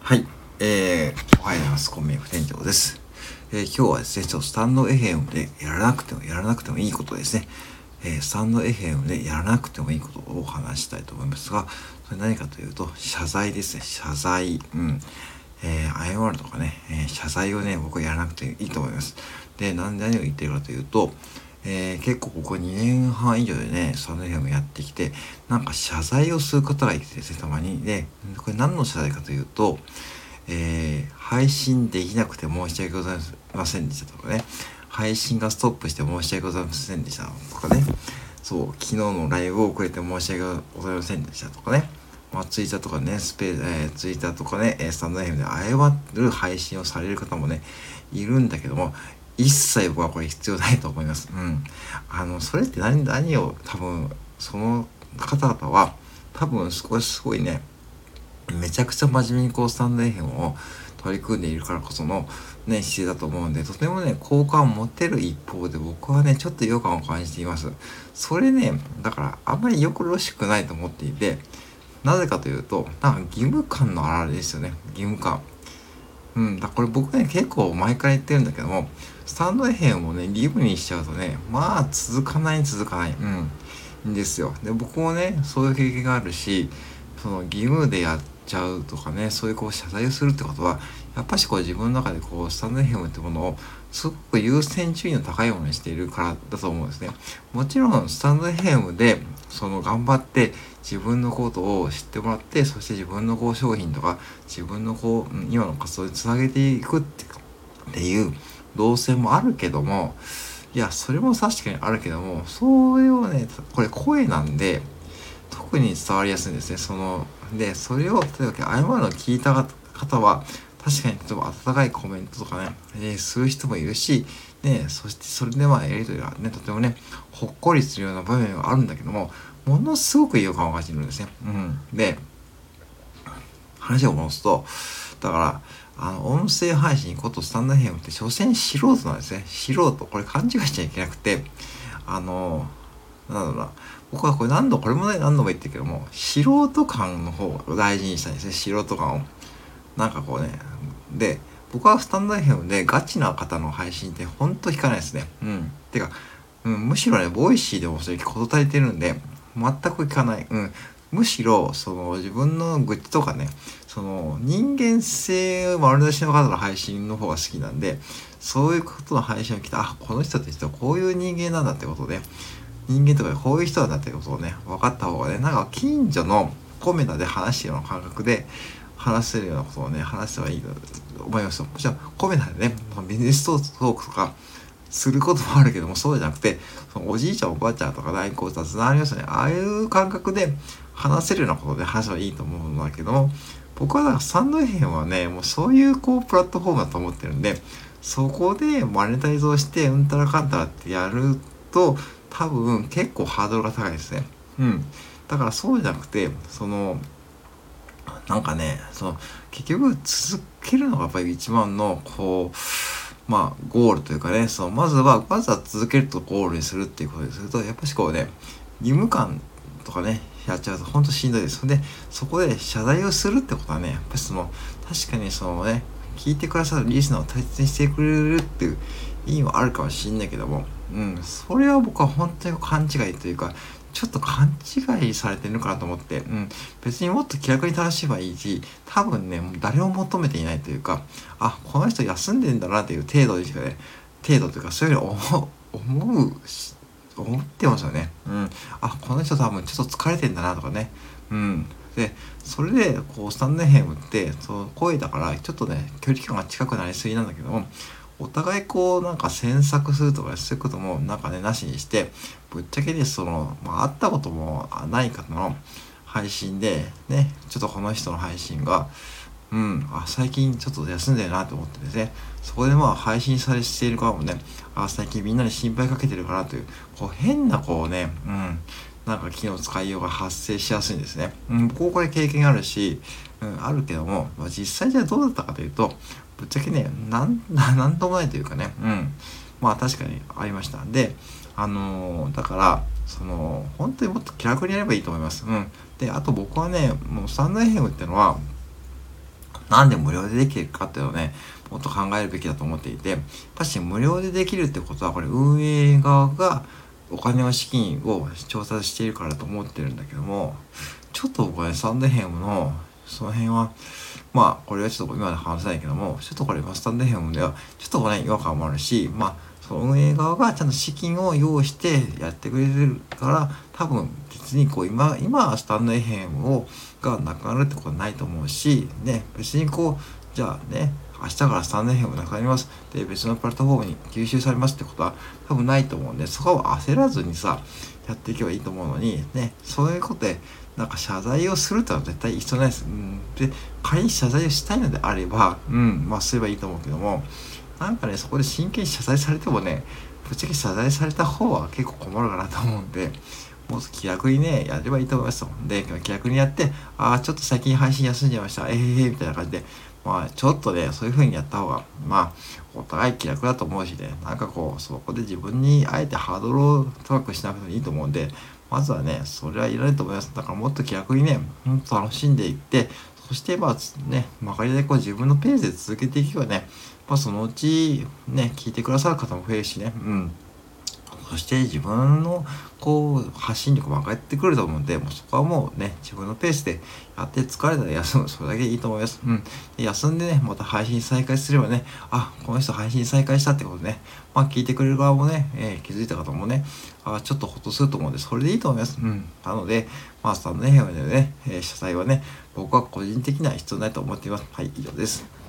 はい、おはようございます。コンビニ副店長です。今日はですね、スタンド FM でやらなくてもいいことですね。スタンド FM でやらなくてもいいことを話したいと思いますが、それ何かというと、謝罪ですね。謝罪。謝るとかね、謝罪をね、僕はやらなくていいと思います。で、何を言ってるかというと、結構ここ2年半以上でね、スタンド FM やってきて、なんか謝罪をする方がいてですね、たまに。で、これ何の謝罪かというと、配信できなくて申し訳ございませんでしたとかね、配信がストップして申し訳ございませんでしたとかね、そう、昨日のライブを遅れて申し訳ございませんでしたとかね、ツイッターとかね、ツイッターとかね、スタンド FM で謝る配信をされる方もね、いるんだけども、一切僕はこれ必要ないと思います。それって何を多分、その方々は、多分すごいね、めちゃくちゃ真面目にスタンド FM を取り組んでいるからこそのね、姿勢だと思うんで、とてもね、好感を持てる一方で僕はね、ちょっと違和感を感じています。それね、だからあんまりよろしくないと思っていて、なぜかというと、なんか義務感の表れですよね。義務感。だからこれ僕ね、結構前から言ってるんだけども、スタンド FM をね、義務にしちゃうとね、続かない。んですよ。で、僕もね、そういう経験があるし、その義務でやっちゃうとかね、そういう謝罪をするってことは、やっぱし自分の中でスタンド FM ってものをすごく優先順位の高いものにしているからだと思うんですね。もちろんスタンド FM で頑張って自分のことを知ってもらって、そして自分の商品とか自分の今の活動につなげていくっていう動線もあるけども、いや、それも確かにあるけども、そういうね、これ声なんで、特に伝わりやすいんですね。で、それを、例えば謝るのを聞いた方は、確かに、例えば温かいコメントとかね、する人もいるし、ね、そしてそれでやりとりがね、とてもね、ほっこりするような場面があるんだけども、ものすごく違和感を感じるんですね。で、話を戻すと、だから、音声配信ことスタンド FM って所詮素人なんですね。素人。これ勘違いしちゃいけなくて、なんだろうな。僕はこれこれもね、何度も言ってるけども、素人感の方を大事にしたいんですね。素人感を。で、僕はスタンド FM でガチな方の配信ってほんと聞かないですね。てか、むしろね、ボイシーでもそれこと足りてるんで、全く聞かない。むしろ、自分の愚痴とかね、人間性丸出しの方の配信の方が好きなんで、そういうことの配信を聞いて、この人って人はこういう人間なんだってことで、人間とかこういう人なんだってことをね、分かった方がね、なんか近所のコメダで話してるような感覚で話せるようなことをね、話せばいいと思いますよ。もちろんコメダでね、ビジネストークとかすることもあるけども、そうじゃなくて、おじいちゃんおばあちゃんとか大好雑談ありますよね。ああいう感覚で話せるようなことで話せばいいと思うんだけども、僕はスタンド FM はね、もうそういうプラットフォームだと思ってるんで、そこでマネタイズをしてうんたらかんたらってやると、多分結構ハードルが高いですね。だからそうじゃなくて、なんかね、結局続けるのがやっぱり一番の、ゴールというかね、まずは続けるとゴールにするっていうことにすると、やっぱし義務感とかね、やっちゃうと本当しんどいです。で、そこで謝罪をするってことはね、やっぱり確かに聞いてくださるリスナーを大切にしてくれるっていう意味はあるかもしんないけども、それは僕は本当に勘違いというか、ちょっと勘違いされてるのかなと思って、別にもっと気楽に楽しめばいいし、多分ね、もう誰も求めていないというか、この人休んでんだなっていう程度でしかね、程度というか、そういうふうに思ってますよね。この人多分ちょっと疲れてんだなとかね。で、それで、スタンド FM って、声だから、ちょっとね、距離感が近くなりすぎなんだけども、お互いなんか詮索するとかそういうこともなんかね、なしにして、ぶっちゃけで会ったこともない方の配信で、ね、ちょっとこの人の配信が、最近ちょっと休んでるなと思ってですね、そこで配信している側もね、最近みんなに心配かけてるかなという、変ななんか機能使いようが発生しやすいんですね。僕これ経験あるし、あるけども、実際じゃあどうだったかというと、ぶっちゃけね、なんともないというかね、確かにありました。で、だから、本当にもっと気楽にやればいいと思います。で、あと僕はね、もうスタンド FM ってのは、 なんで無料でできるかっていうのをね、もっと考えるべきだと思っていて、やっぱし無料でできるってことは、これ運営側がお金を資金を調達しているからと思ってるんだけども、ちょっと僕はね、スタンド FM のその辺は、まあこれはちょっと今で話せないけども、ちょっとこれスタンド FM ではちょっとね、違和感もあるし、まあその運営側がちゃんと資金を用意してやってくれるから、多分別にこう今スタンド FM がなくなるってことはないと思うし、ね、別にこう、じゃあね、明日からスタンド FM なくなります。で、別のプラットフォームに吸収されますってことは多分ないと思うんで、そこは焦らずにさ、やっていけばいいと思うのに、ね、そういうことで、なんか謝罪をするってのは絶対必要ないです。で、仮に謝罪をしたいのであれば、まあすればいいと思うけども、なんかね、そこで真剣に謝罪されてもね、ぶっちゃけ謝罪された方は結構困るかなと思うんで、もっと気楽にね、やればいいと思いますと。で、気楽にやって、ちょっと最近配信休んじゃいました。みたいな感じで、まあ、ちょっとね、そういう風にやった方が、まあ、お互い気楽だと思うしね、なんかこう、そこで自分にあえてハードルを高くしなくてもいいと思うんで、まずはね、それはいらないと思います。だからもっと気楽にね、楽しんでいって、そしてまあね、曲がりでこう自分のペースで続けていけばね、そのうちね、聞いてくださる方も増えるしね、そして自分のこう発信力も上がってくると思うんで、もうそこはもうね、自分のペースでやって疲れたら休む。それだけでいいと思います。で休んでね、また配信再開すればね、この人配信再開したってことね、聞いてくれる側もね、気づいた方もね、ちょっとほっとすると思うんで、それでいいと思います。なので、スタンド FM でね、謝罪はね、僕は個人的には必要ないと思っています。はい、以上です。